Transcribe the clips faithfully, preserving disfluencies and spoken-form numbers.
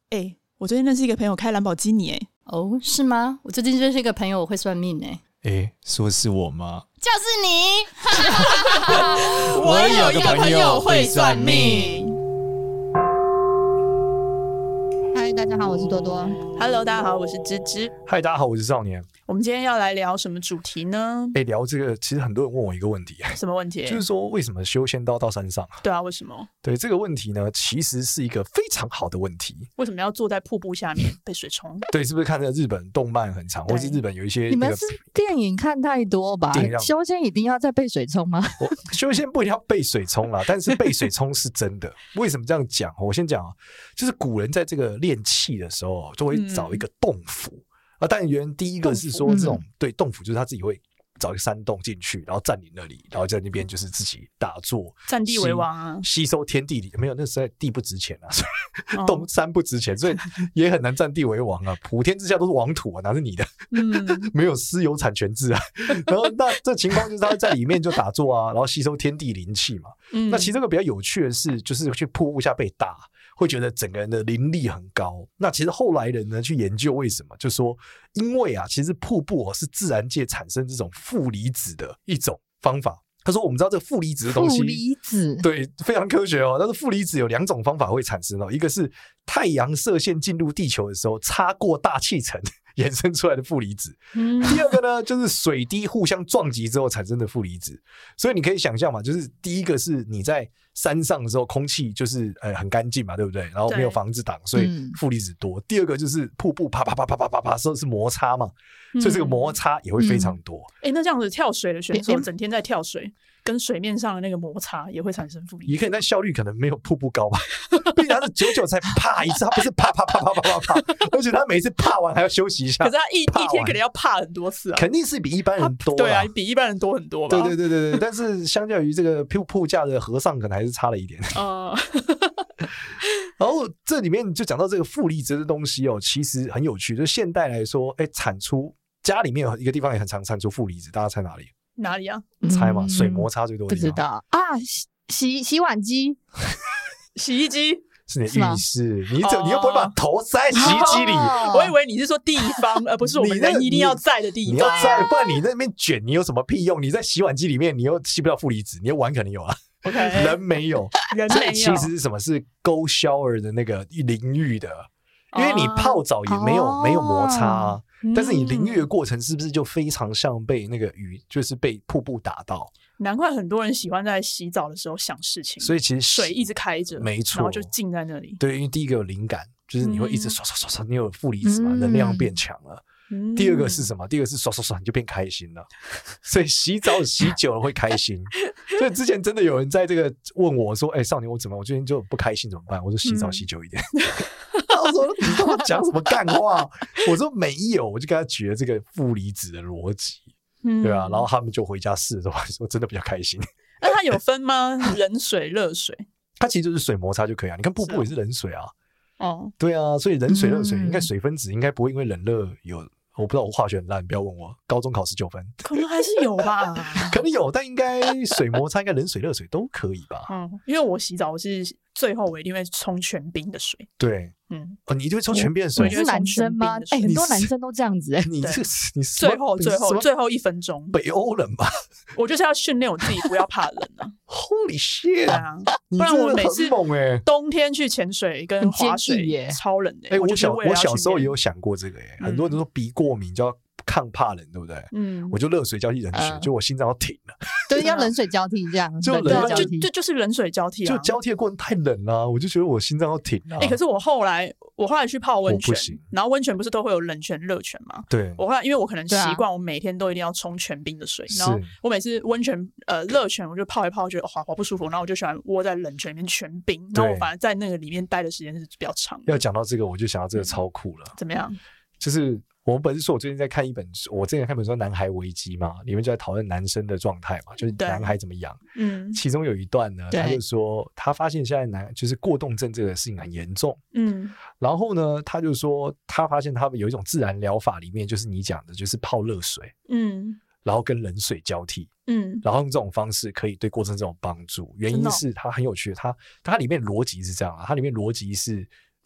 哎、欸，我最近认识一个朋友开兰博基尼。哎， 哦，是吗？我最近认识一个朋友，我会算命。哎， 哎，说是我吗？ 就是你。 我有一个朋友会算命。 嗨，大家好，我是多多。 Hello， 大家好，我是芝芝。 嗨，大家好，我是少年。 我们今天要来聊什么主题呢？ 哎，聊这个，其实很多人问我一个问题。 什么问题？ 就是说，为什么修仙道到山上？ 对啊，为什么？ 对这个问题呢，其实是一个非常好的问题。 为什么要坐在瀑布下面被水冲？ 对，是不是看着日本动漫很长，或是日本有一些、那个、 你们是电影看太多吧？修仙一定要再被水冲吗？ 我修仙不一定要被水冲啦，但是被水冲是真的。为什么这样讲？我先讲啊，就是古人在这个练气的时候，就会找一个洞府。嗯啊，当然，原因第一个是说这种、嗯、对洞府，就是他自己会找一个山洞进去，然后占领那里，然后在那边就是自己打坐， 占地为王啊， 吸收天地里没有，那实在地不值钱啊，所以洞、哦、山不值钱，所以也很难占地为王啊。普天之下都是王土啊，哪是你的？嗯，没有私有产权制啊。然后那这情况就是他在里面就打坐啊，然后吸收天地灵气嘛。嗯，那其实这个比较有趣的是，就是去瀑布下被打。会觉得整个人的灵力很高。那其实后来人呢去研究为什么，就说因为啊，其实瀑布、哦、是自然界产生这种负离子的一种方法。他说我们知道这个负离子的东西， 负离子对，非常科学哦。但是负离子有两种方法会产生哦，一个是太阳射线进入地球的时候擦过大气层衍生出来的负离子、嗯、第二个呢就是水滴互相撞击之后产生的负离子。所以你可以想象嘛，就是第一个是你在山上的时候空气就是呃很干净嘛，对不对？然后没有房子挡，所以负离子多、嗯、第二个就是瀑布啪啪啪啪啪啪啪时候是摩擦嘛、嗯、所以这个摩擦也会非常多。 哎、嗯欸，那这样子跳水的选手整天在跳水，跟水面上的那个摩擦也会产生负离子， 也可以，但效率可能没有瀑布高吧。毕竟他是久久才啪一次，他不是啪啪啪啪啪啪啪，而且他每次啪完还要休息一下。 可是他一一天可能要啪很多次啊， 肯定是比一般人多。 对啊，比一般人多很多吧。 对对对对对，但是相较于这个瀑布架的和尚，可能还是差了一点。嗯。然后这里面就讲到这个负离子的东西哦，其实很有趣。就现代来说，哎，产出家里面有一个地方也很常产出负离子，大家猜哪里？ 哪里啊？ 猜嘛，水摩擦最多的地方。 不知道啊，洗洗碗机、 洗衣机。 是你的浴室，你怎、哦、你又不会把头塞洗衣机里、 哦？我以为你是说地方，而不是我们人一定要在的地方。 你, 你要在，不然你在那边卷，你有什么屁用？你在洗碗机里面，你又吸不到负离子，你的碗可能有啊。 Okay, 人没有， 人没有。 其实是什么？是 go shower 的那个淋浴的，因为你泡澡也没有、哦、没有摩擦、啊。但是你淋浴的过程是不是就非常像被那个雨，就是被瀑布打到？ 难怪很多人喜欢在洗澡的时候想事情， 所以其实水一直开着， 没错， 然后就静在那里。 对，因为第一个有灵感，就是你会一直刷刷刷刷，你有负离子嘛，能量变强了。嗯、第二个是什么？第二个是刷刷刷，你就变开心了。所以洗澡洗久了会开心。所以之前真的有人在这个问我说：“哎、欸，少年，我怎么我最近就不开心怎么办？”我说：“洗澡洗久一点。嗯”我说：“你跟我讲什么干话？”我说：“没有。”我就跟他举了这个负离子的逻辑。嗯、对啊，然后他们就回家试的话，说真的比较开心。 那它有分吗？冷水、热水？ 它其实就是水摩擦就可以啊。你看瀑布也是冷水啊。 哦， 对啊，所以冷水、热水，应该水分子应该不会因为冷热有。我不知道，我化学很烂，不要问我。高中考十九分， 可能还是有吧， 可能有，但应该水摩擦，应该冷水、热水都可以吧。 嗯，因为我洗澡我是最后我一定会冲全冰的水。 对，嗯，哦，你一定会冲全冰的水。 你是男生吗？哎、欸，很多男生都这样子哎、欸。 你这你最后最后最后一分钟， 北欧人吧？ 我就是要训练我自己不要怕冷啊。 Holy shit！ 对啊，不然我每次冬天去潜水跟滑水耶， 超冷的、 欸。哎、欸，我小我小时候也有想过这个耶、欸，嗯、很多人都说鼻过敏就要抗怕冷，对不对？嗯，我就热水交替冷水，就、嗯、我心脏要停了。 对，要冷水交替这样， 就冷就就就是冷水交替啊， 就交替的过程太冷了、啊，我就觉得我心脏要停了、啊。 哎、欸，可是我后来我后来去泡温泉，然后温泉不是都会有冷泉、热泉吗？ 对， 我后来因为我可能习惯，我每天都一定要冲全冰的水，然后我每次温泉呃热泉我就泡一泡，觉得滑滑不舒服，然后我就喜欢窝在冷泉里面全冰，然后我反而在那个里面待的时间是比较长的。 要讲到这个，我就想到这个超酷了， 嗯、怎么样？ 就是我本是说，我最近在看一本，我之前看本书《男孩危机》嘛，里面就在讨论男生的状态嘛，就是男孩怎么养。嗯，其中有一段呢，他就说他发现现在男就是过动症这个事情很严重。嗯，然后呢，他就说他发现他们有一种自然疗法，里面就是你讲的，就是泡热水。嗯。然后跟冷水交替，嗯，然后用这种方式可以对过动症这种帮助。原因是它很有趣，它它里面逻辑是这样啊，它里面逻辑是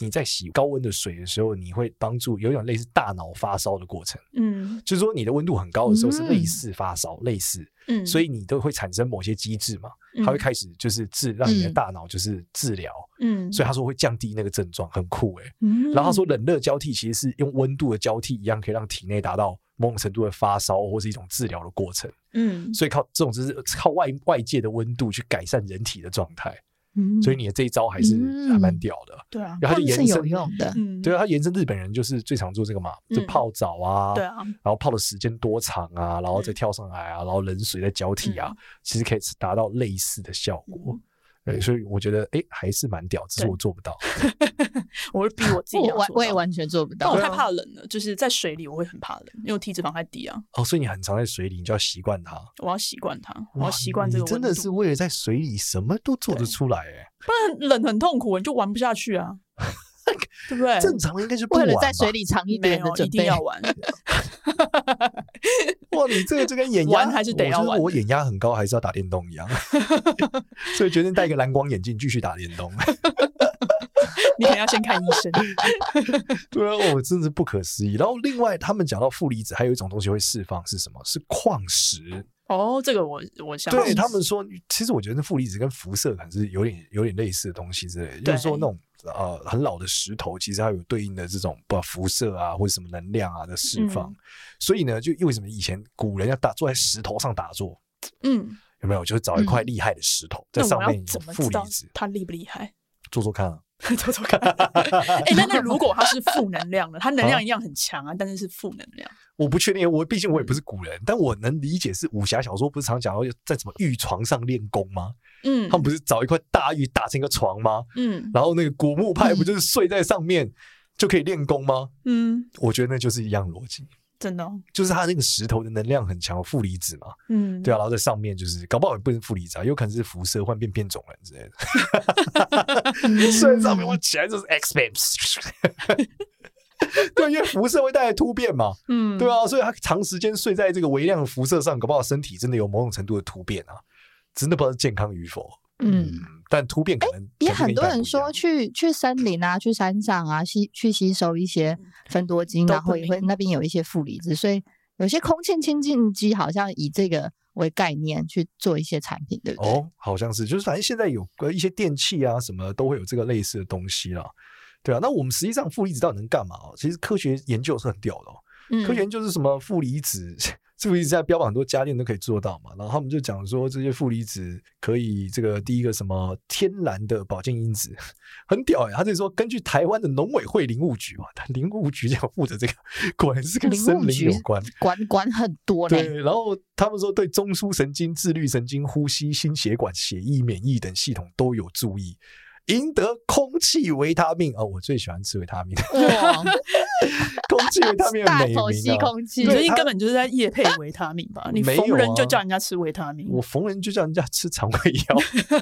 你在洗高温的水的时候，你会帮助有点类似大脑发烧的过程。嗯，就是说你的温度很高的时候是类似发烧，嗯、类似，嗯，所以你都会产生某些机制嘛，嗯、它会开始就是治让你的大脑就是治疗，嗯，所以他说会降低那个症状，很酷哎、欸。嗯，然后他说冷热交替其实是用温度的交替一样，可以让体内达到某种程度的发烧或是一种治疗的过程。嗯，所以靠这种就是靠外外界的温度去改善人体的状态。嗯、所以你的这一招还是还蛮屌的、嗯， 对啊， 然后就延伸是有用的， 对啊，他延伸日本人就是最常做这个嘛，嗯、就泡澡啊， 对啊， 然后泡的时间多长啊，然后再跳上来啊，然后冷水再交替啊，嗯、其实可以达到类似的效果。嗯对，所以我觉得哎、欸，还是蛮屌，只是我做不到。 我会逼我自己要做到， 我也完全做不到。 但我太怕冷了，就是在水里我会很怕冷，因为我体脂肪太低啊。 哦，所以你很常在水里，你就要习惯它。 我要习惯它，我要习惯这个温度。 你真的是为了在水里什么都做得出来哎、欸， 不然冷很痛苦，你就玩不下去啊。对不对？ 正常应该就不玩吧， 为了在水里长一点的准备， 一定要玩。 哇，你这个就跟眼压还是得要玩。 我眼压很高，还是要打电动一样，所以决定戴一个蓝光眼镜继续打电动。 你可能要先看医生。 对啊，我真的是不可思议。然后另外，他们讲到负离子，还有一种东西会释放是什么？是矿石。 哦，这个我我相信。 对他们说，其实我觉得那负离子跟辐射可能是有点有点类似的东西之类的，就是说那种呃很老的石头，其实它有对应的这种不辐射啊或者什么能量啊的释放。嗯、所以呢，就为什么以前古人要打坐在石头上打坐？嗯，有没有？就是找一块厉害的石头，嗯、在上面有负离子， 它厉不厉害？ 做做看啊。 做做看，哎、欸，那那如果它是负能量的，它能量一样很强啊，但是是负能量。 我不确定，我毕竟我也不是古人，但我能理解是武侠小说不是常讲到在什么玉床上练功吗？嗯，他们不是找一块大玉打成一个床吗？嗯，然后那个古墓派不就是睡在上面、嗯、就可以练功吗？嗯，我觉得那就是一样逻辑。 真的、哦， 就是它那个石头的能量很强，负离子嘛，嗯，对啊，然后在上面就是搞不好也不是负离子啊，有可能是辐射换变变种人之类的。睡在上面，我起来就是 X-Men， 对，因为辐射会带来突变嘛，嗯，对啊，所以他长时间睡在这个微量辐射上，搞不好身体真的有某种程度的突变啊，真的不知道是健康与否。嗯，但突变可能、欸、 也很多人说去去森林啊，去山上啊，吸去吸收一些芬多精啊，会会那边有一些负离子，所以有些空气清净机好像以这个为概念去做一些产品，对不对？ 哦，好像是，就是反正现在有一些电器啊什么都会有这个类似的东西啦，对啊。那我们实际上负离子到底能干嘛？其实科学研究是很屌的哦，嗯、科学研究是什么负离子？负离子在标榜很多家电都可以做到嘛，然后他们就讲说这些负离子可以这个第一个什么天然的保健因子，很屌哎、欸！他就说根据台湾的农委会林务局，哇，林务局这样负责这个，果然是跟森林有关， 管管很多嘞。 对，然后他们说对中枢神经、自律神经、呼吸、心血管、血液、免疫等系统都有注意。赢得空气维他命哦，我最喜欢吃维他命。哇，空气维他命的美名、啊、 大口吸空气， 你最近根本就是在业配维他命吧？你逢人就叫人家吃维他命， 我逢人就叫人家吃肠胃药。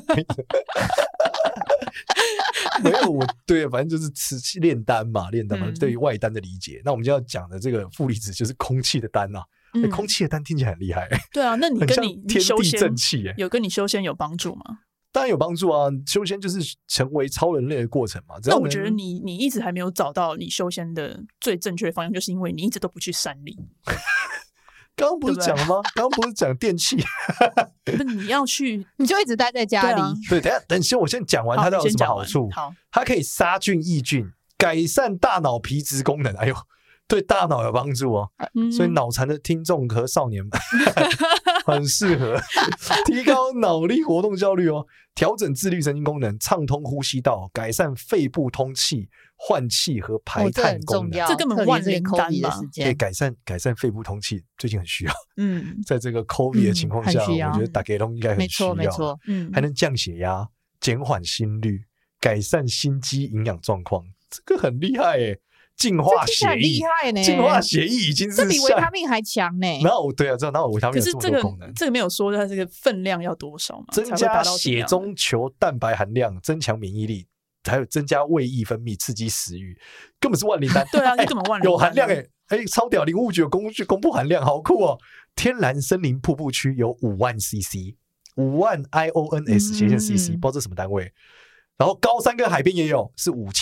没有，我对，反正就是吃炼丹嘛，炼丹嘛，嗯、对于外丹的理解。那我们就要讲的这个负离子就是空气的丹啊。嗯欸、空气的丹听起来很厉害、欸。对啊，那你跟你天地正气、欸， 有跟你修仙有帮助吗？ 当然有帮助啊！修仙就是成为超人类的过程嘛。 那我觉得你你一直还没有找到你修仙的最正确的方向，就是因为你一直都不去山里。 刚刚不是讲了吗？刚刚不是讲电器？ 不，你要去， 你就一直待在家里。 对,、啊、对，等一下，等先，我先讲完它到底有什么好处。 好， 它可以杀菌抑菌，改善大脑皮质功能。哎呦，对大脑有帮助哦。嗯、所以脑残的听众和少年们很适合提高脑力活动效率哦，调整自律神经功能，畅通呼吸道，改善肺部通气、换气和排碳功能。 哦、 这根本万灵丹嘛！ 对，改善改善肺部通气，最近很需要。嗯，在这个 COVID 的情况下，嗯、我觉得大家都应该很需要。 没错，没错。嗯， 还能降血压、减缓心率、改善心肌营养状况，这个很厉害耶！净化血液，净化血液已经是这比维他命还强呢。 然后对啊，这哪有维他命有这么多功能？ 可是这个这个没有说它这个分量要多少嘛？ 增加血中球蛋白含量，增强免疫力，还有增加胃液分泌，刺激食欲，根本是万灵丹。 对啊，根本万灵丹有含量哎哎，超屌！林务局有公公布含量，好酷哦！天然森林瀑布区有五万 C C， 五万 I O N S 斜线 C C，、嗯、不知道这什么单位。然后高山跟海边也有，是五千。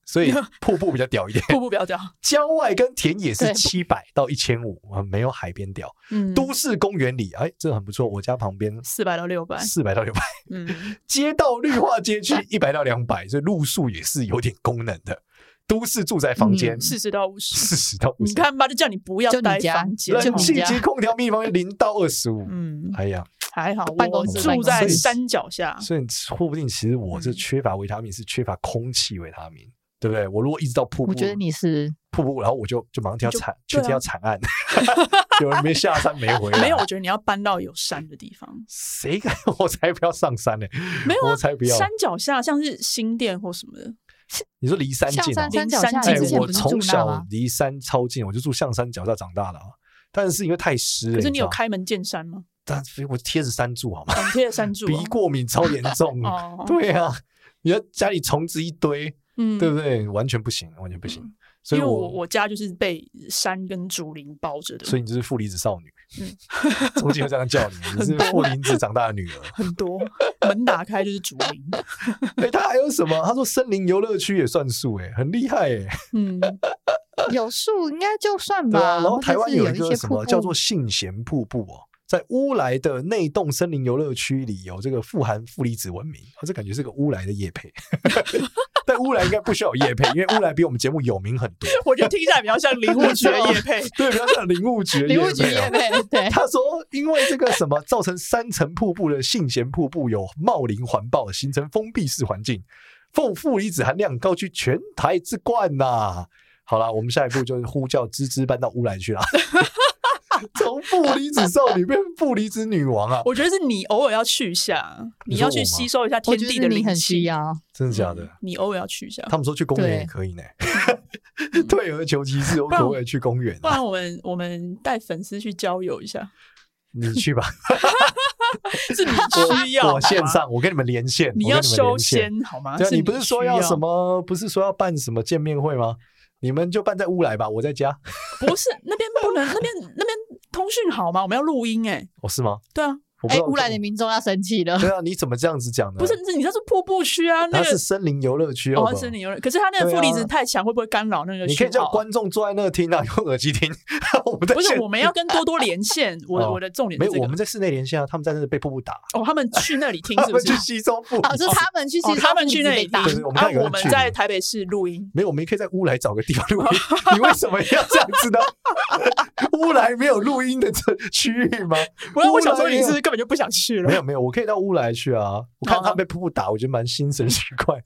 所以瀑布比较屌一点。 瀑布比较屌。 郊外跟田野是七百到一千五，没有海边屌。嗯，都市公园里，哎，这很不错。我家旁边四百到六百， 四百到六百。嗯，街道绿化街区一百到两百，所以路数也是有点功能的。都市住宅房间四十到五十， 四十到五十。 你看吧，就叫你不要待房间， 冷气及空调密闭房间零到二十五。嗯，哎呀， 还好，我住在山脚下， 所以说不定其实我这缺乏维他命是缺乏空气维他命，对不对？我如果一直到瀑布， 我觉得你是瀑布，然后我就就马上跳惨，就跳惨案，有人没下山没回来。 没有，我觉得你要搬到有山的地方。 谁敢？我才不要上山呢！ 没有啊， 我才不要。 山脚下像是新店或什么的。 你说离山近啊？ 山脚下， 哎，我从小离山超近，我就住象山脚下长大的啊。但是因为太湿了， 可是你有开门见山吗？ 但我贴着山住好吗？ 贴着山住， 鼻过敏超严重。对啊，你要家里虫子一堆，嗯，对不对？完全不行，完全不行。所以因为我我家就是被山跟竹林包着的， 所以你就是负离子少女。嗯，从今会这样叫你，你是负离子长大的女儿。 很多门打开就是竹林。 哎、欸，他还有什么？他说森林游乐区也算数，哎，很厉害哎。嗯， 有树应该就算吧。 啊、然后台湾有一个什么叫做信贤瀑布哦。在乌来的内洞森林游乐区里有这个富含负离子文明，哦、这感觉是个乌来的业配。但乌来应该不需要有业配，因为乌来比我们节目有名很多。 我觉得听起来比较像林务局的业配， 对，比较像林务局的业配。 林务局业配，对。 他说，因为这个什么造成三层瀑布的信贤瀑布有茂林环抱，形成封闭式环境，负负离子含量高居全台之冠呐、啊。好了，我们下一步就是呼叫芝芝搬到乌来去了。从负离子少女变负离子女王啊！ 我觉得是你偶尔要去一下，你要去吸收一下天地的灵气啊！ 真的假的、嗯？ 你偶尔要去一下。 他们说去公园也可以呢。退而求其次，我可不可以去公园、啊？ 不然我们我们带粉丝去郊游一下。 你去吧。 是你需要我， 我线上，我跟你们连线。 你要修仙好吗？ 对啊，你不是说要什么？不是说要办什么见面会吗？你们就办在乌来吧，我在家。 不是那边不能，那边那边通讯好吗？我们要录音哎、欸。 哦，是吗？ 对啊。 哎，乌来的民众要生气了。 对啊，你怎么这样子讲呢？ 不是，你这是瀑布区啊，那个是森林游乐区哦，森林游乐。可是它那个负离子太强，会不会干扰那个？ 你可以叫观众坐在那听啊，用耳机听。我们不是，我们要跟多多连线。我我的重点是这个， 没有，我们在室内连线啊，他们在那被瀑布打。 哦，他们去那里听是不是？ 他们去吸收负离子。哦，是他们去吸收， 他们去那里打。 我们我们在台北市录音。 没有，我们也可以在乌来找个地方录音。你为什么要这样子呢？乌来没有录音的区域吗？ 不是，我想说你是根本就不想去了。 没有没有，我可以到乌来去啊！我看他们被瀑布打，我觉得蛮心神愉快，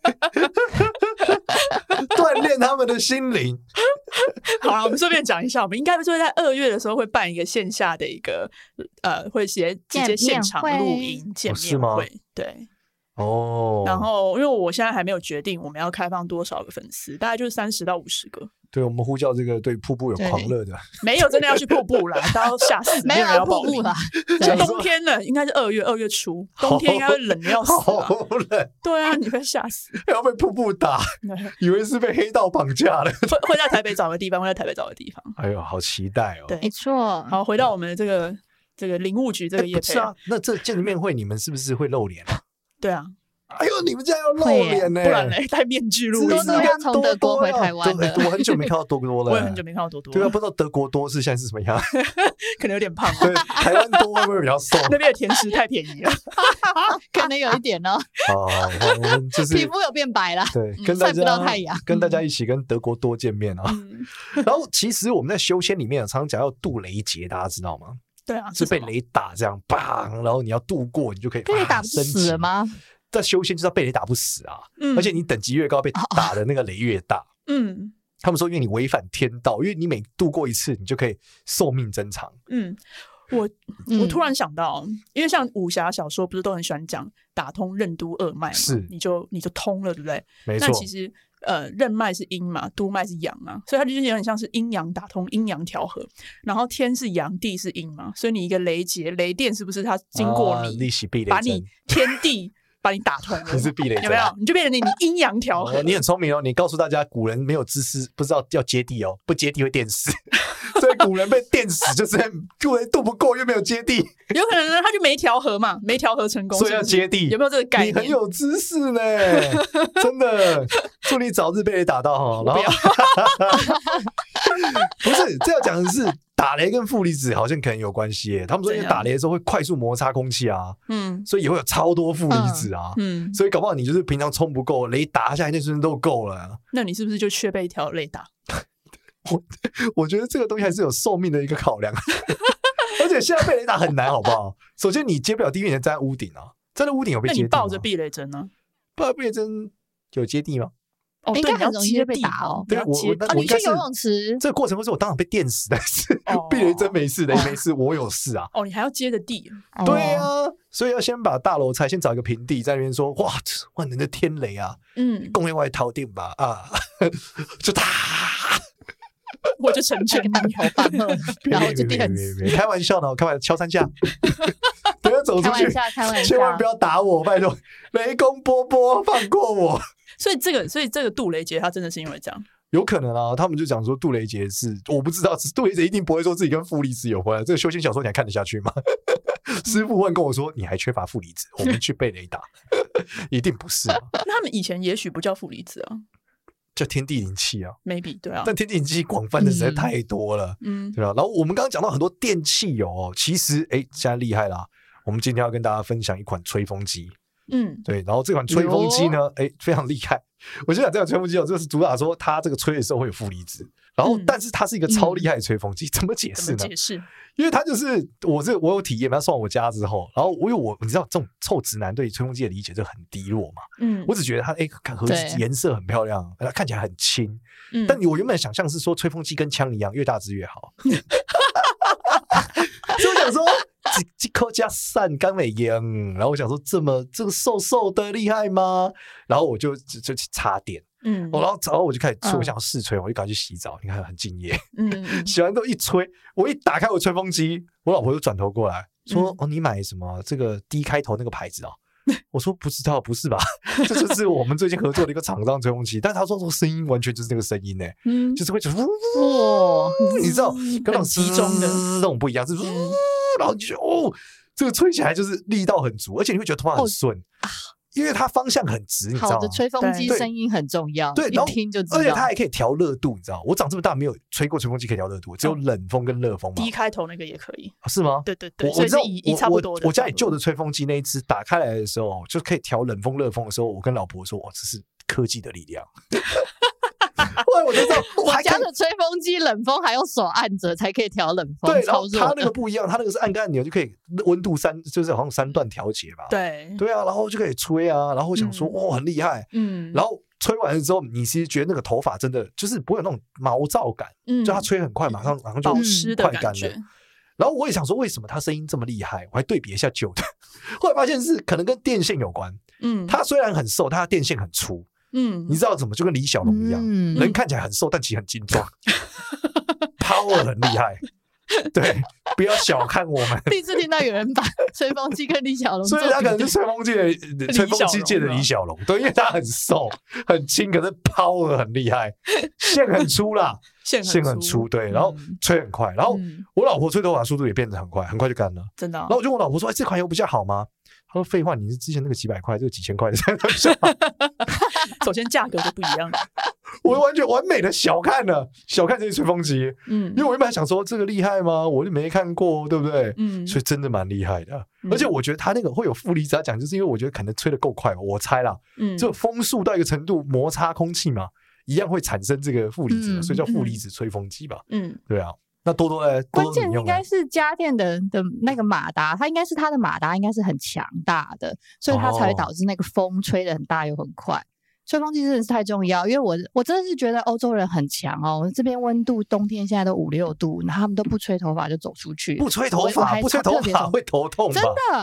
锻炼他们的心灵。 好了，我们顺便讲一下，我们应该是会在二月的时候会办一个线下的一个呃，会直接直接现场录音见面会，哦、对。 哦， 然后因为我现在还没有决定我们要开放多少个粉丝，大概就是三十到五十个。 对，我们呼叫这个对瀑布有狂热的， 没有真的要去瀑布啦，大家都吓死， 没有人要瀑布啦。 冬天了，应该是二月，二月初，冬天应该会冷的要死， 好冷。 对啊，你会吓死， 要被瀑布打，以为是被黑道绑架了。 会会在台北找个地方，会在台北找个地方。 哎呦，好期待哦！ 对， 没错。 好，回到我们的这个这个林务局这个业配， 是啊，那这见面会你们是不是会露脸啊？ 对啊。 哎呦，你们这样要露脸呢、欸？ 不然嘞，戴面具录音。 多多要从德国回台湾的， 我很久没看到多多了、欸。 我也很久没看到多多。 对啊，不知道德国多是现在是什么样？ 可能有点胖。 对，台湾多会不会比较瘦？ 那边的甜食太便宜了， 可能有一点哦。 哦，我们就是皮肤有变白了。 对，跟大家、 晒不到太阳， 跟大家一起跟德国多见面啊。嗯、然后其实我们在修仙里面常常讲要渡雷劫，大家知道吗？ 对啊， 是被雷打这样，砰，然后你要渡过，你就可以。 被雷打不死了吗？ 在修仙就是要被雷打不死啊、嗯，而且你等级越高，被打的那个雷越大。嗯，他们说因为你违反天道，因为你每度过一次，你就可以寿命增长。 嗯，我我突然想到，嗯、因为像武侠小说不是都很喜欢讲打通任督二脉嘛， 是你就你就通了，对不对？ 没错。 那其实呃任脉是阴嘛，督脉是阳啊，所以它就是有点像是阴阳打通，阴阳调和。然后天是阳，地是阴嘛，所以你一个雷劫雷电是不是它经过你， 啊、 把你天地。把你打通了， 你是避雷针， 有没有？你就变成你阴阳调和、 哦。你很聪明哦，你告诉大家，古人没有知识，不知道要接地哦，不接地会电死。所以古人被电死就是杜雷度不够又没有接地， 有可能呢他就没调和嘛，没调和成功， 所以要接地。 有没有这个概念？ 你很有知识呢，真的，祝你早日被雷打到哈。然后不是这要讲的是打雷跟负离子好像可能有关系耶，他们说因为打雷的时候会快速摩擦空气啊，嗯，所以也会有超多负离子啊，嗯，所以搞不好你就是平常充不够，雷打下来那瞬间都够了。 那你是不是就缺被一条雷打？ 我我觉得这个东西还是有寿命的一个考量，而且现在被雷打很难，好不好？首先你接不了地面，你站在屋顶啊，站在屋顶有被接地吗？那你抱着避雷针呢？ 抱着避雷针有接地吗？ 哦， 应该很容易就被打哦。 对，我我你去游泳池， 这个过程会是我当场被电死，但是避雷针没事的，没事，我有事啊。 哦，你还要接着地？ 对啊，所以要先把大楼拆，先找一个平地，在那边说哇，万能的天雷啊，嗯，公园外逃定吧啊，就打， 我就成全你， 好棒哦，然后就电死。 开玩笑呢，我开玩笑，敲三下。等下走出去，千万不要打我，拜托！雷公波波，放过我。 所以这个，所以这个杜雷杰他真的是因为这样， 有可能啊。他们就讲说杜雷杰是，我不知道，杜雷杰一定不会说自己跟负离子有关。这个修仙小说你还看得下去吗？师父问跟我说，你还缺乏负离子，我们去被雷打，一定不是啊。 那他们以前也许不叫负离子啊， 叫天地灵气啊 ，maybe 对啊。 但天地灵气广泛的实在太多了，嗯，对吧？然后我们刚刚讲到很多电器油哦，其实哎，现在厉害啦。我们今天要跟大家分享一款吹风机，嗯，对，然后这款吹风机呢，哎，非常厉害。我先讲这款吹风机哦，这个是主打说它这个吹的时候会有负离子，然后但是它是一个超厉害的吹风机，怎么解释呢？ 怎么解释？ 因为它就是我这我有体验，它送到我家之后，然后我有我你知道这种臭直男对吹风机的理解就很低落嘛，嗯，我只觉得它哎盒子颜色很漂亮，它看起来很轻，嗯，但我原本想象是说吹风机跟枪一样，越大只越好，所以我想说。这颗加散刚美烟，然后我想说这么这个瘦瘦的厉害吗？然后我就就就去插电，嗯，然后然后我就开始吹，我想要试吹，我就赶快去洗澡，你看很敬业，嗯，洗完之后一吹，我一打开我吹风机，我老婆就转头过来说：“哦，你买什么这个 D 开头那个牌子啊？”我说不知道，不是吧？这就是我们最近合作的一个厂商吹风机，但是他说说声音完全就是那个声音呢，嗯，就是会哇，你知道跟那种集中的那种不一样，是然后你就觉得哦，这个吹起来就是力道很足，而且你会觉得头发很顺。因为它方向很直，你知道吗？ 好的吹风机声音很重要， 对， 一听就知道。 而且它还可以调热度，你知道？我长这么大没有吹过吹风机可以调热度，只有冷风跟热风嘛。 D 开头那个也可以， 是吗？ 对对对， 我知道， 以差不多的。 我家里旧的吹风机那一只打开来的时候，就可以调冷风热风的时候，我跟老婆说：“哦，这是科技的力量。”后来我就知道， 我家的吹风机冷风还用手按着才可以调冷风。 对，然后它那个不一样，它那个是按个按钮就可以温度三，就是好像三段调节吧。 对， 对啊，然后就可以吹啊，然后我想说，哇，很厉害。嗯，然后吹完了之后，你其实觉得那个头发真的就是不会有那种毛躁感，嗯，就它吹很快，马上马上就保湿的感觉。 然后我也想说，为什么它声音这么厉害？我还对比一下旧的，后来发现是可能跟电线有关。嗯，它虽然很瘦，它的电线很粗。嗯，你知道怎么就跟李小龙一样，嗯、人看起来很瘦，但其实很精壮 ，power 很厉害。对，不要小看我们。 第一次听到有人把吹风机跟李小龙， 所以他可能是吹风机的吹风机界的李小龙，对，因为他很瘦很轻，可是 power 很厉害，线很粗啦， 线线很粗，对，然后吹很快，然后我老婆吹头发速度也变得很快，很快就干了， 真的、哦。 然后我就问我老婆说：“哎，这款有比较好吗？”他说：“废话，你是之前那个几百块，这个几千块的才能上。 首先价格就不一样了。 我完全完美的小看了，小看这些吹风机。嗯，因为我原本想说这个厉害吗？我就没看过，对不对？嗯，所以真的蛮厉害的。嗯、而且我觉得他那个会有负离子，他讲就是因为我觉得可能吹得够快，我猜啦。嗯，就风速到一个程度，摩擦空气嘛，一样会产生这个负离子，嗯、所以叫负离子吹风机吧。嗯，对啊。那多多呢？ 关键应该是家电的的那个马达，它应该是它的马达应该是很强大的，所以它才会导致那个风吹得很大又很快。吹风机真的是太重要，因为我我真的是觉得欧洲人很强哦。这边温度冬天现在都五六度，然后他们都不吹头发就走出去， 不吹头发，不吹头发会头痛吧？ 真的。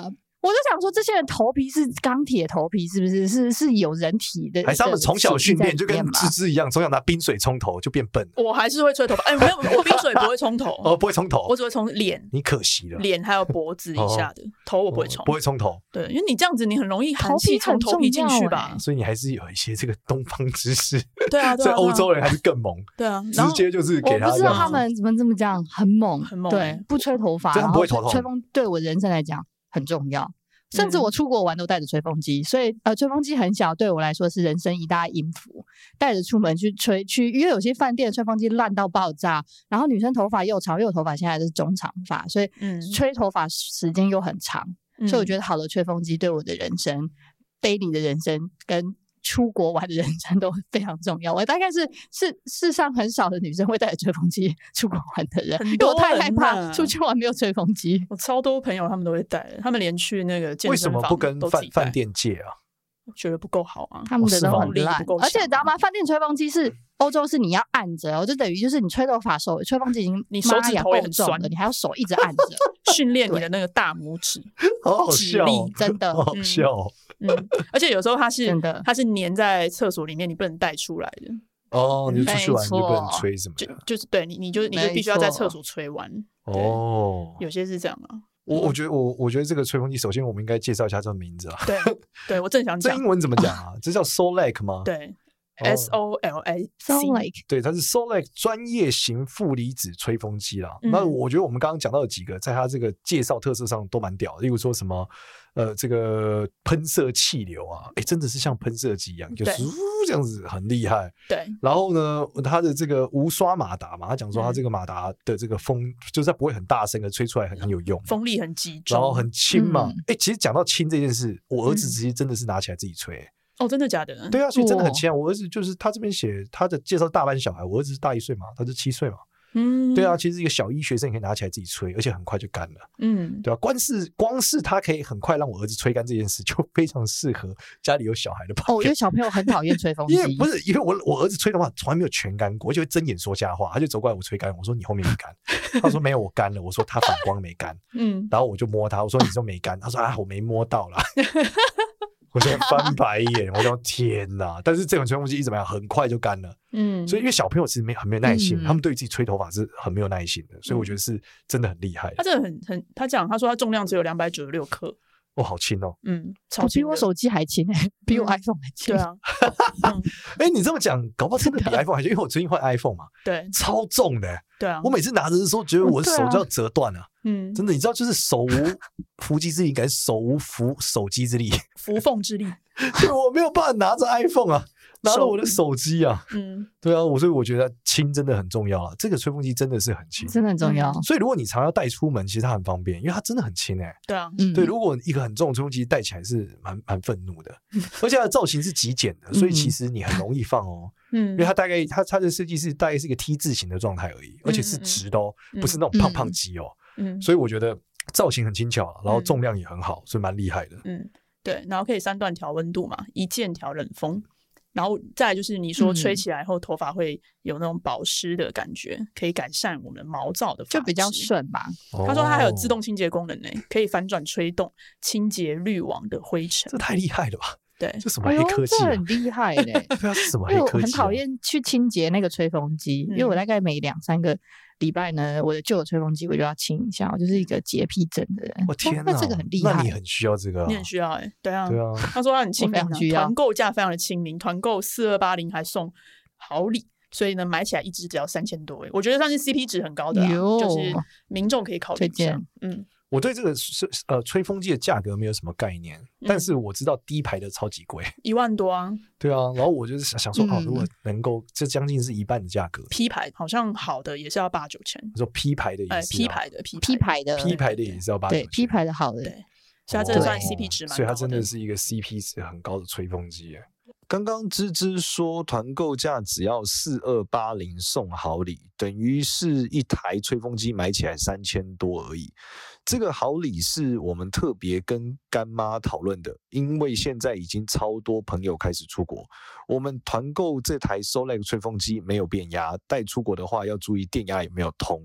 我就想说，这些人头皮是钢铁头皮，是不是？是是有人体的， 还是他们从小训练就跟芝芝一样，从小拿冰水冲头就变笨？ 我还是会吹头发，哎，没有，我冰水不会冲头， 哦，不会冲头， 我只会冲脸。 你可惜了， 脸还有脖子以下的、哦、头我不会冲、 哦，不会冲头。 对，因为你这样子，你很容易寒气从头皮进去吧、 欸， 所以你还是有一些这个东方知识。 对啊， 所以欧洲人还是更猛。 对啊， 直接就是给他。 我不知道他们怎么这么这样，很猛， 很猛。 对，不吹头发， 然后吹风对我人生来讲很重要。甚至我出国玩都带着吹风机，所以呃，吹风机很小，对我来说是人生一大音符，带着出门去吹去，因为有些饭店的吹风机烂到爆炸，然后女生头发又长，因为我头发现在是中长发，所以吹头发时间又很长、嗯，所以我觉得好的吹风机对我的人生、daily 的人生跟出国玩的人生都非常重要。我大概是是世上很少的女生会带着吹风机出国玩的人，因为我太害怕出去玩没有吹风机。 我超多朋友他们都会带的，他们连去那个健身房为什么不跟饭饭店借啊？ 觉得不够好啊， 他们的都很烂、 哦， 而且你知道吗？饭店吹风机是欧洲是你要按着，就等于就是你吹头发手吹风机已经你手指头也很酸了，你还要手一直按着， 训练你的那个大拇指， 好好笑、哦， 指力真的好好笑、哦。 嗯，而且有时候它是它是粘在厕所里面，你不能带出来的。 哦，你就出去玩就不能吹什么的， 就就是对你，你就你就必须要在厕所吹完。哦，有些是这样啊。 我我觉得我我觉得这个吹风机，首先我们应该介绍一下这个名字啊。 对对，我正想讲， 这英文怎么讲啊？这叫 Solek 吗？ 对。S O L A Solek 对，它是 Solek 专业型负离子吹风机啦、嗯。那我觉得我们刚刚讲到的几个，在它这个介绍特色上都蛮屌的，例如说什么呃这个喷射气流啊，哎，真的是像喷射机一样，就是这样子很厉害。 对。 然后呢，它的这个无刷马达嘛，他讲说它这个马达的这个风，嗯、就是它不会很大声的吹出来很很有用， 风力很集中， 然后很轻嘛。哎、嗯，其实讲到轻这件事，我儿子直接真的是拿起来自己吹、欸。 哦，真的假的？ 对啊，所以真的很轻啊！我儿子就是他这边写他的介绍大班小孩，我儿子是大一岁嘛，他是七岁嘛。嗯，对啊，其实一个小一学生也可以拿起来自己吹，而且很快就干了。嗯，对啊，光是光是他可以很快让我儿子吹干这件事，就非常适合家里有小孩的朋友。 哦，因为小朋友很讨厌吹风机， 因为不是因为我我儿子吹的话从来没有全干过，而且会睁眼说瞎话，他就走过来我吹干，我说你后面没干，他说没有我干了，我说他反光没干，嗯，然后我就摸他，我说你说没干，他说啊我没摸到啦。我现在翻白眼，我说天哪！但是这款吹风机一怎么样，很快就干了。嗯，所以因为小朋友其实没很没有耐心、嗯，他们对自己吹头发是很没有耐心的，所以我觉得是真的很厉害。 他真的很很，他讲他说他重量只有两百九十六克， 哦，好轻哦， 嗯，超轻， 比我手机还轻哎、欸，比我 iPhone 还轻。 对啊， 哎、嗯欸，你这么讲，搞不好真的比 iPhone 还轻，因为我最近换 iPhone 嘛， 对， 超重的、欸。 对啊， 我每次拿着的时候，觉得我的手就要折断了。嗯，真的，你知道，就是手无缚鸡之力，感觉手无缚手机之力， 扶缝之力。 我没有办法拿着 iPhone 啊，拿着我的手机啊。嗯，对啊，我所以我觉得轻真的很重要啊。这个吹风机真的是很轻， 真的很重要。 所以如果你常要带出门，其实它很方便，因为它真的很轻哎、欸。 对啊， 对，如果一个很重的吹风机带起来是蛮蛮愤怒的，而且它的造型是极简的，所以其实你很容易放哦。嗯，因为它大概它它的设计是大概是一个 T 字形的状态而已，而且是直的哦，嗯、不是那种胖胖机哦。嗯，所以我觉得造型很轻巧，然后重量也很好，所以蛮厉害的。 嗯，对，然后可以三段调温度嘛，一键调冷风，然后再来就是你说吹起来后头发会有那种保湿的感觉，嗯、可以改善我们毛躁的发质， 就比较顺吧。 他说它还有自动清洁功能呢，可以反转吹动清洁滤网的灰尘， 这太厉害了吧？ 对， 这什么黑科技、啊？ 哎、这很厉害嘞、欸！ 对啊，是什么黑科技、啊？ 因为我很讨厌去清洁那个吹风机、嗯，因为我大概每两三个礼拜呢，我的旧的吹风机我就要清一下，我就是一个洁癖症的人。 我天哪， 那这个很厉害， 那你很需要这个、啊， 你很需要哎、欸，对啊， 对啊。 他说他很亲民、啊， 需要团购价非常的亲民，团购四二八零还送好礼。所以呢，买起来一支只要三千多，我觉得算是 C P 值很高的、啊，就是民众可以考虑一下。嗯， 我对这个是呃吹风机的价格没有什么概念、嗯，但是我知道低排的超级贵， 一万多啊。 对啊，然后我就是想想说，哦、嗯，如果能够，这将近是一半的价格。 P 牌好像好的也是要八九千。 你说 P 牌的也是、啊？ 哎 ，P 牌的 P P 牌的 P 牌的也是要八九千。 对 ，P 牌的好的， 对，所以它真的算 C P 值蛮高的、哦， 所以它真的是一个 C P 值很高的吹风机。 刚刚芝芝说团购价只要四二八零送好礼，等于是一台吹风机买起来三千多而已。这个好礼是我们特别跟干妈讨论的，因为现在已经超多朋友开始出国，我们团购这台 Solek 吹风机没有变压，带出国的话要注意电压有没有通。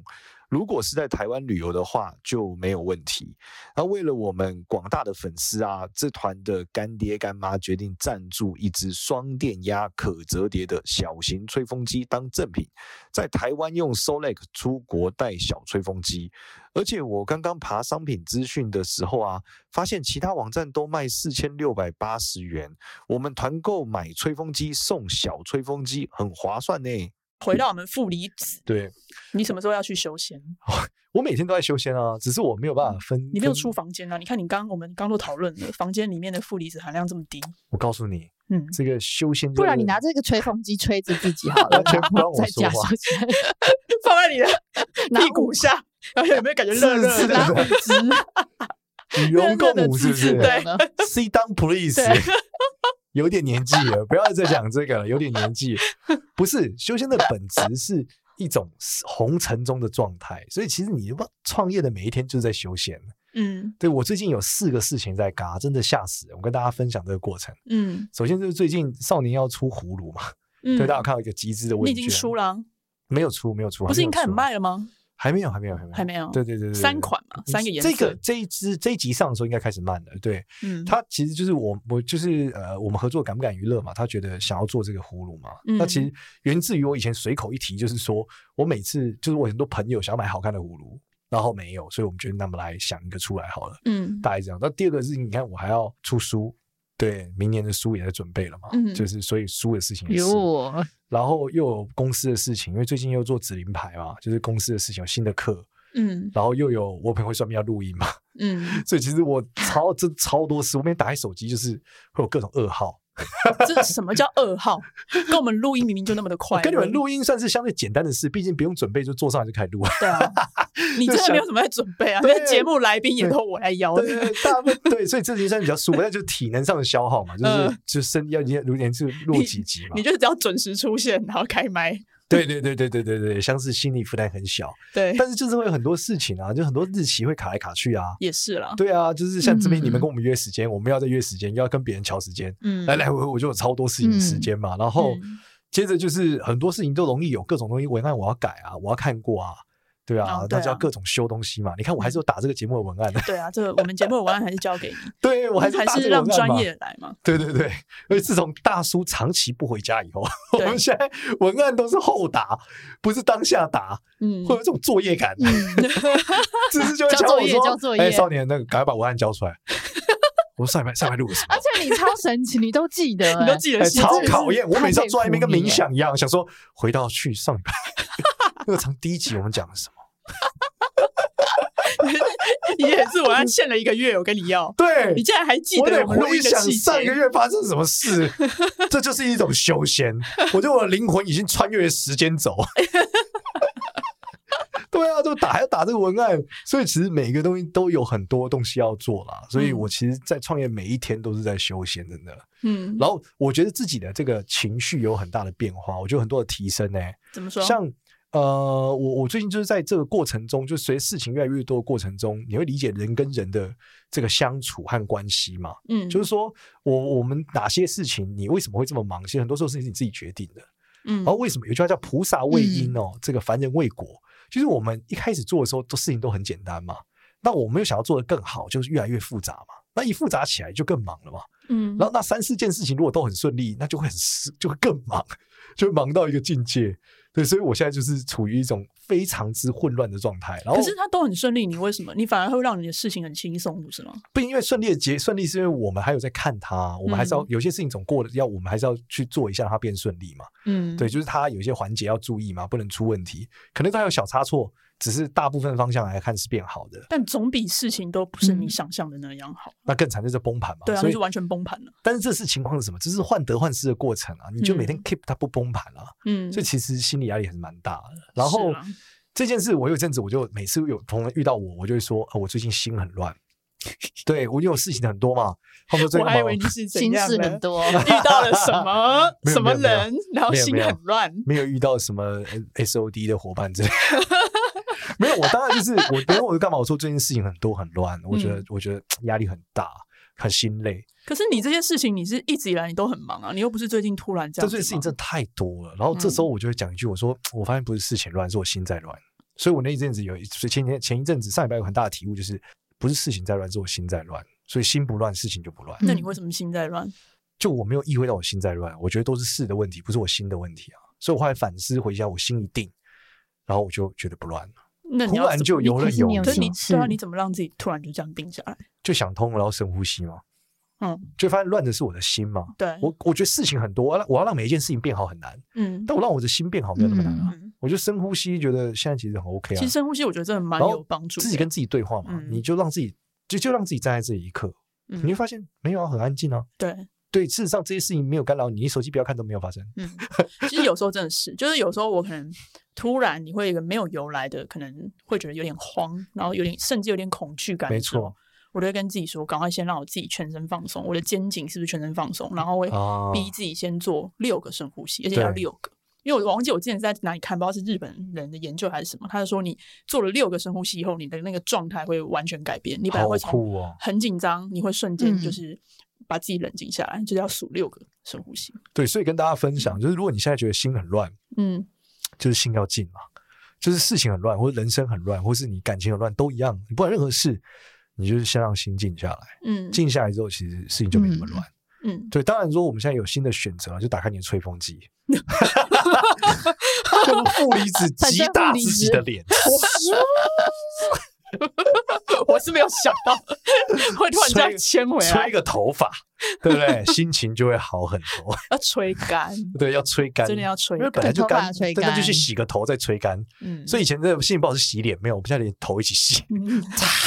如果是在台湾旅游的话就没有问题。那为了我们广大的粉丝啊，这团的干爹干妈决定赞助一支双电压可折叠的小型吹风机当赠品，在台湾用 Solec 出国带小吹风机。而且我刚刚爬商品资讯的时候啊，发现其他网站都卖四千六百八十元，我们团购买吹风机送小吹风机，很划算呢。 回到我们负离子， 对， 你什么时候要去修仙？ 我每天都在修仙啊，只是我没有办法分。 你没有出房间啊？你看你刚我们刚都讨论了，房间里面的负离子含量这么低。 我告诉你， 嗯， 这个修仙、就是， 不然你拿这个吹风机吹着自己好了， 完全不让我说话， 放在你的屁股下，然后有没有感觉热热的？ 拿五支， 与龙共舞是不是？ 对 ，Sit down please。有点年纪了，不要再讲这个了。有点年纪，不是修仙的本质是一种红尘中的状态，所以其实你创业的每一天就是在修仙。嗯，对，我最近有四个事情在嘎，真的吓死人。我跟大家分享这个过程。嗯，首先就是最近少年要出葫芦嘛，嗯、对，大家有看到一个集资的问卷， 你已经出了、啊？没有出，没有出， 不是已经开始卖了吗？ 还没有，还没有，还没有， 还没有。 对对对对， 三款嘛，三个颜色。 这个这一支这一集上的时候应该开始慢了。对，嗯，他其实就是我我就是呃，我们合作敢不敢娱乐嘛，他觉得想要做这个葫芦嘛。嗯、那其实源自于我以前随口一提，就是说我每次就是我很多朋友想要买好看的葫芦，然后没有，所以我们决定那么来想一个出来好了。嗯，大概这样。那第二个是你看我还要出书。对，明年的书也在准备了嘛，嗯、就是所以书的事情也是，然后又有公司的事情，因为最近又做紫灵牌嘛，就是公司的事情有新的课，嗯，然后又有我朋友会算命要录音嘛，嗯，所以其实我超这超多事，我每天打开手机就是会有各种噩耗。 这什么叫噩耗？跟我们录音明明就那么的快， 跟你们录音算是相对简单的事，毕竟不用准备，就坐上来就开始录。 对啊，你真的没有什么在准备啊？因为节目来宾也都我来邀的， 对，大部分对，所以这集算比较舒服，但就是体能上的消耗嘛，就是、嗯、就身要如年是录几集嘛， 你就是只要准时出现，然后开麦。 对对对对对对对，像是心理负担很小， 对， 但是就是会有很多事情啊，就很多日期会卡来卡去啊， 也是啦， 对啊，就是像这边你们跟我们约时间，嗯、我们要再约时间，又要跟别人调时间，嗯，来来回回我就有超多事情的时间嘛，嗯、然后、嗯、接着就是很多事情都容易有各种东西文案我要改啊，我要看过啊。对啊，那、哦、就要各种修东西嘛。你看，我还是有打这个节目的文案的。 对啊，这个我们节目的文案还是交给你。 对，我还是还是让专业来嘛。 对对对，而且自从大叔长期不回家以后，我们现在文案都是后打，不是当下打，嗯，会有这种作业感。嗯，只是就会交作业，交作业。 哎，少年，那个赶快把文案交出来。我上一排上一排录了什么？ 而且你超神奇，你都记得、欸， 你都记得， 超考验。我每次要坐在那边跟冥想一样，想说回到去上一排那个长第一集我们讲了什么？ 你也是我要欠了一个月，我跟你要。 对， 你竟然还记得我们录音的细节？ 上一个月发生什么事？这就是一种修仙。我觉得我的灵魂已经穿越时间轴。对啊，就打还要打这个文案，所以其实每一个东西都有很多东西要做啦。所以我其实，在创业每一天都是在修仙，真的。嗯，然后我觉得自己的这个情绪有很大的变化，我觉得很多的提升呢、欸。 怎么说？ 像呃，我我最近就是在这个过程中，就随着事情越来越多的过程中，你会理解人跟人的这个相处和关系嘛。嗯，就是说我我们哪些事情，你为什么会这么忙？其实很多时候是你自己决定的。嗯，然后为什么有句话叫菩萨为因哦，嗯、这个凡人为果。就是我们一开始做的时候，都事情都很简单嘛。那我们又想要做得更好，就是越来越复杂嘛。那一复杂起来就更忙了嘛。嗯，然后那三四件事情如果都很顺利，那就会很就会更忙，就会忙到一个境界。对，所以我现在就是处于一种非常之混乱的状态。然后， 可是它都很顺利，你为什么你反而会让你的事情很轻松，不是吗？ 不，因为顺利的结顺利是因为我们还有在看它，我们还是要、嗯、有些事情总过了，要我们还是要去做一下，让它变顺利嘛。嗯，对，就是它有一些环节要注意嘛，不能出问题，可能它有小差错。只是大部分方向来看是变好的， 但总比事情都不是你想象的那样好。嗯、 那更惨就是崩盘嘛， 对啊，那就完全崩盘了。 但是这是情况是什么？这是患得患失的过程啊！你就每天 keep 它不崩盘啊，嗯，所以其实心理压力还是蛮大的。然后、啊、这件事，我有一阵子我就每次有同仁遇到我，我就会说，呃、我最近心很乱。对，我有事情很多嘛，他们说我还以为你是怎样心事很多， 遇到了什么什么人，然后心很乱， 没有遇到什么 S O D 的伙伴之类的。没有，我当然就是我，等我干嘛？我说最近事情很多很乱，我觉得、嗯、我觉得压力很大，很心累。 可是你这些事情，你是一直以来你都很忙啊，你又不是最近突然这样子。 这件事情真的太多了，然后这时候我就会讲一句，我说我发现不是事情乱，是我心在乱。 所以我那一阵子有，所以前前前一阵子上礼拜有很大的体悟，就是不是事情在乱，是我心在乱。所以心不乱，事情就不乱。 那你为什么心在乱？ 就我没有意会到我心在乱，我觉得都是事的问题，不是我心的问题啊。所以我后来反思回家，我心一定，然后我就觉得不乱了。 那你突然就游刃有余。 可是你对啊，你怎么让自己突然就这样定下来？ 就想通了，然后深呼吸嘛。嗯，就发现乱的是我的心嘛。 对， 我我觉得事情很多，我要我要让每一件事情变好很难。嗯，但我让我的心变好没有那么难啊。嗯、我觉得深呼吸，觉得现在其实很 OK 啊。 其实深呼吸我觉得真的蛮有帮助的。 自己跟自己对话嘛，嗯、你就让自己就就让自己站在这一刻，嗯、你会发现没有啊，很安静啊。 对对，事实上这些事情没有干扰你，你手机不要看都没有发生。嗯， 其实有时候真的是，就是有时候我可能突然你会有一个没有由来的，可能会觉得有点慌，然后有点甚至有点恐惧感。 没错。 我都会跟自己说，赶快先让我自己全身放松，我的肩颈是不是全身放松？然后会逼自己先做六个深呼吸，而且要六个。因为我忘记我之前在哪里看，不知道是日本人的研究还是什么，他就说你做了六个深呼吸以后，你的那个状态会完全改变。你本来会从很紧张，你会瞬间就是把自己冷静下来，就是要数六个深呼吸。 对，所以跟大家分享，就是如果你现在觉得心很乱，嗯，就是心要静嘛，就是事情很乱，或者人生很乱，或是你感情很乱，都一样。你不管任何事。你就是先让心静下来，嗯，静下来之后，其实事情就没那么乱，嗯，对。当然说我们现在有新的选择了，就打开你的吹风机，用负离子击打自己的脸。 我是没有想到会突然这样牵回来， 吹个头发，对不对？心情就会好很多。 要吹干， 对，要吹干， 真的要吹干， 因为本来就干，真的就去洗个头再吹干。嗯，所以以前这个心情不好是洗脸，没有，我们现在连头一起洗。嗯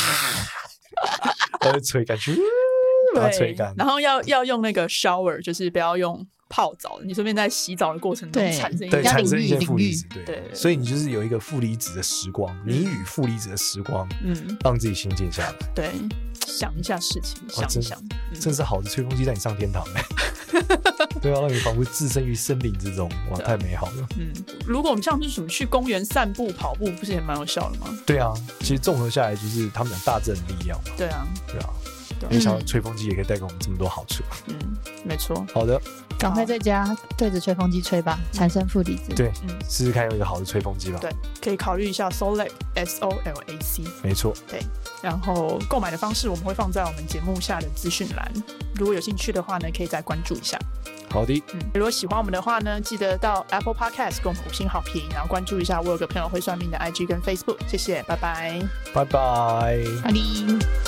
然后吹干去，把它吹干。 然后要要用那个 shower， 就是不要用泡澡，你顺便在洗澡的过程中产生一对产生一些负离子，对对。 所以你就是有一个负离子的时光，你与负离子的时光，嗯，让自己心静下来， 对，想一下事情，想一想， 真是好的吹风机带你上天堂哎。对啊，让你仿佛置身于森林之中，哇，太美好了。 嗯，如果我们像是什么去公园散步、跑步，不是也蛮有效的吗？ 对啊，其实综合下来就是他们讲大自然的力量嘛。 对啊， 对啊，没想到吹风机也可以带给我们这么多好处。 嗯，没错。 好的， 赶快在家对着吹风机吹吧，产生负离子。 对，嗯，试试看用一个好的吹风机吧。 对，可以考虑一下 Solac S O L A C。 没错。 对，然后购买的方式我们会放在我们节目下的资讯栏，如果有兴趣的话呢，可以再关注一下。 好的， 嗯，如果喜欢我们的话呢，记得到 Apple Podcast 给我们五星好评，然后关注一下我有个朋友会算命的 I G 跟 Facebook， 谢谢，拜拜， 拜拜， 拜拜。